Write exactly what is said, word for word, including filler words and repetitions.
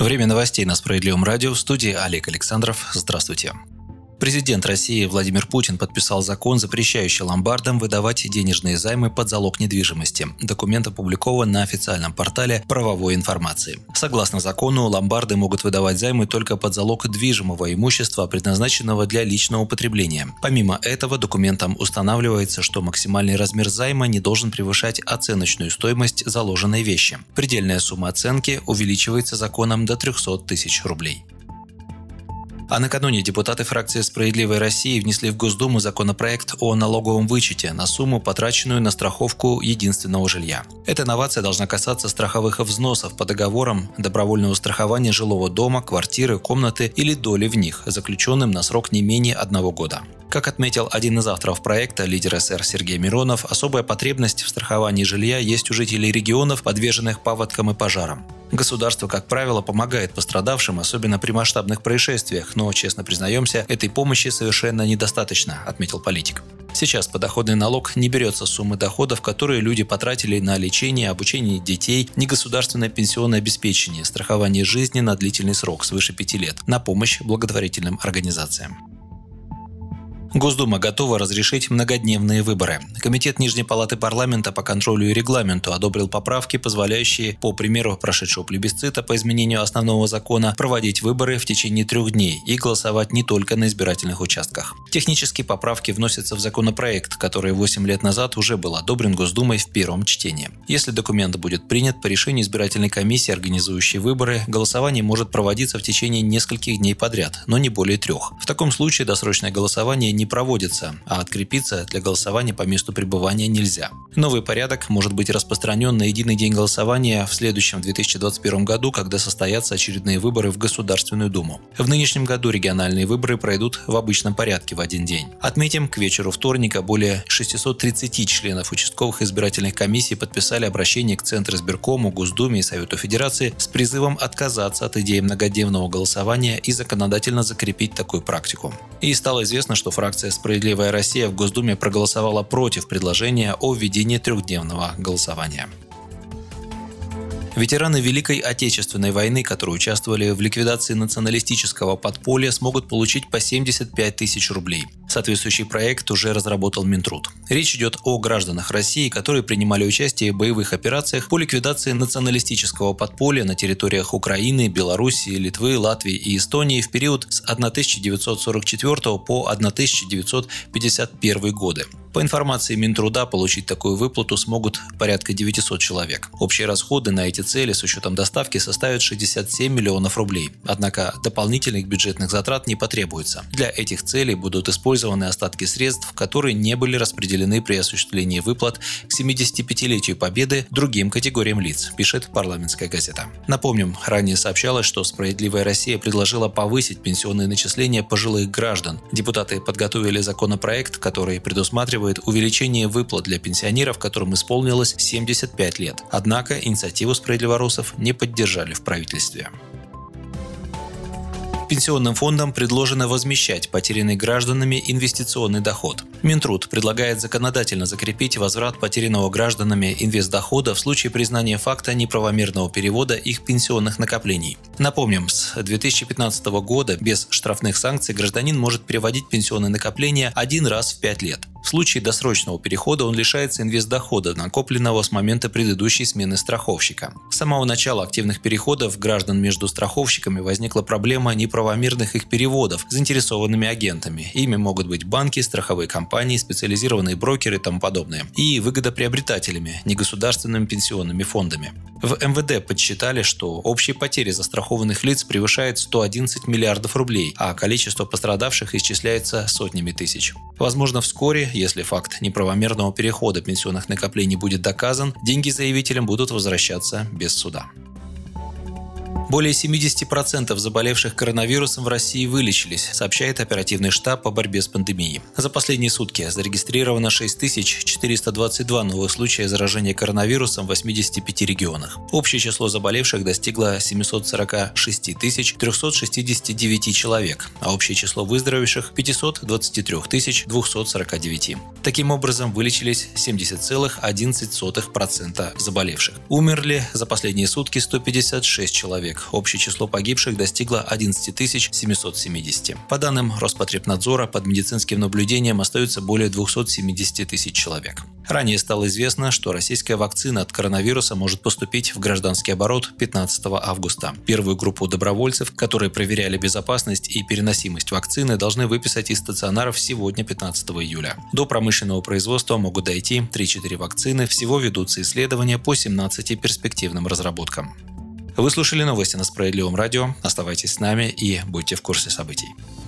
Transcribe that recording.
Время новостей на Справедливом радио. В студии Олег Александров. Здравствуйте. Президент России Владимир Путин подписал закон, запрещающий ломбардам выдавать денежные займы под залог недвижимости. Документ опубликован на официальном портале правовой информации. Согласно закону, ломбарды могут выдавать займы только под залог движимого имущества, предназначенного для личного потребления. Помимо этого, документом устанавливается, что максимальный размер займа не должен превышать оценочную стоимость заложенной вещи. Предельная сумма оценки увеличивается законом до трехсот тысяч рублей. А накануне депутаты фракции «Справедливой России» внесли в Госдуму законопроект о налоговом вычете на сумму, потраченную на страховку единственного жилья. Эта новация должна касаться страховых взносов по договорам добровольного страхования жилого дома, квартиры, комнаты или доли в них, заключенным на срок не менее одного года. Как отметил один из авторов проекта, лидер эс эр Сергей Миронов, особая потребность в страховании жилья есть у жителей регионов, подверженных паводкам и пожарам. Государство, как правило, помогает пострадавшим, особенно при масштабных происшествиях, но, честно признаемся, этой помощи совершенно недостаточно, отметил политик. Сейчас подоходный налог не берется с суммы доходов, которые люди потратили на лечение, обучение детей, негосударственное пенсионное обеспечение, страхование жизни на длительный срок свыше пяти лет, на помощь благотворительным организациям. Госдума готова разрешить многодневные выборы. Комитет Нижней палаты парламента по контролю и регламенту одобрил поправки, позволяющие, по примеру прошедшего плебисцита по изменению основного закона, проводить выборы в течение трех дней и голосовать не только на избирательных участках. Технические поправки вносятся в законопроект, который восемь лет назад уже был одобрен Госдумой в первом чтении. Если документ будет принят по решению избирательной комиссии, организующей выборы, голосование может проводиться в течение нескольких дней подряд, но не более трех. В таком случае досрочное голосование не не проводится, а открепиться для голосования по месту пребывания нельзя. Новый порядок может быть распространен на единый день голосования в следующем две тысячи двадцать первом году, когда состоятся очередные выборы в Государственную Думу. В нынешнем году региональные выборы пройдут в обычном порядке в один день. Отметим, к вечеру вторника более шестисот тридцати членов участковых избирательных комиссий подписали обращение к Центризбиркому, Госдуме и Совету Федерации с призывом отказаться от идеи многодневного голосования и законодательно закрепить такую практику. И стало известно, что фракция «Справедливая Россия» в Госдуме проголосовала против предложения о введении трехдневного голосования. Ветераны Великой Отечественной войны, которые участвовали в ликвидации националистического подполья, смогут получить по семьдесят пять тысяч рублей. Соответствующий проект уже разработал Минтруд. Речь идет о гражданах России, которые принимали участие в боевых операциях по ликвидации националистического подполья на территориях Украины, Белоруссии, Литвы, Латвии и Эстонии в период с тысяча девятьсот сорок четвёртого по тысяча девятьсот пятьдесят первый годы. По информации Минтруда, получить такую выплату смогут порядка девятисот человек. Общие расходы на эти цели с учетом доставки составят шестьдесят семь миллионов рублей. Однако дополнительных бюджетных затрат не потребуется. Для этих целей будут использованы остатки средств, которые не были распределены при осуществлении выплат к семидесятипятилетию Победы другим категориям лиц, пишет «Парламентская газета». Напомним, ранее сообщалось, что «Справедливая Россия» предложила повысить пенсионные начисления пожилых граждан. Депутаты подготовили законопроект, который предусматривает увеличение выплат для пенсионеров, которым исполнилось семьдесят пять лет. Однако инициативу справедливоросов не поддержали в правительстве. Пенсионным фондам предложено возмещать потерянный гражданами инвестиционный доход. Минтруд предлагает законодательно закрепить возврат потерянного гражданами инвестдохода в случае признания факта неправомерного перевода их пенсионных накоплений. Напомним, с две тысячи пятнадцатого года без штрафных санкций гражданин может переводить пенсионные накопления один раз в пять лет. В случае досрочного перехода он лишается инвестдохода, накопленного с момента предыдущей смены страховщика. С самого начала активных переходов граждан между страховщиками возникла проблема неправомерных их переводов заинтересованными агентами. Ими могут быть банки, страховые компании, специализированные брокеры и тому подобное. И выгодоприобретателями, негосударственными пенсионными фондами. В эм вэ дэ подсчитали, что общие потери застрахованных лиц превышают сто одиннадцать миллиардов рублей, а количество пострадавших исчисляется сотнями тысяч. Возможно, вскоре, если факт неправомерного перехода пенсионных накоплений будет доказан, деньги заявителям будут возвращаться без суда. Более семьдесят процентов заболевших коронавирусом в России вылечились, сообщает оперативный штаб по борьбе с пандемией. За последние сутки зарегистрировано шесть тысяч четыреста двадцать два новых случая заражения коронавирусом в восьмидесяти пяти регионах. Общее число заболевших достигло семьсот сорок шесть тысяч триста шестьдесят девять человек, а общее число выздоровевших – пятьсот двадцать три тысячи двести сорок девять. Таким образом, вылечились семьдесят целых одиннадцать сотых процента заболевших. Умерли за последние сутки сто пятьдесят шесть человек. Так, общее число погибших достигло одиннадцать тысяч семьсот семьдесят. По данным Роспотребнадзора, под медицинским наблюдением остаются более двухсот семидесяти тысяч человек. Ранее стало известно, что российская вакцина от коронавируса может поступить в гражданский оборот пятнадцатого августа. Первую группу добровольцев, которые проверяли безопасность и переносимость вакцины, должны выписать из стационаров сегодня, пятнадцатого июля. До промышленного производства могут дойти три-четыре вакцины, всего ведутся исследования по семнадцати перспективным разработкам. Вы слушали новости на Справедливом радио. Оставайтесь с нами и будьте в курсе событий.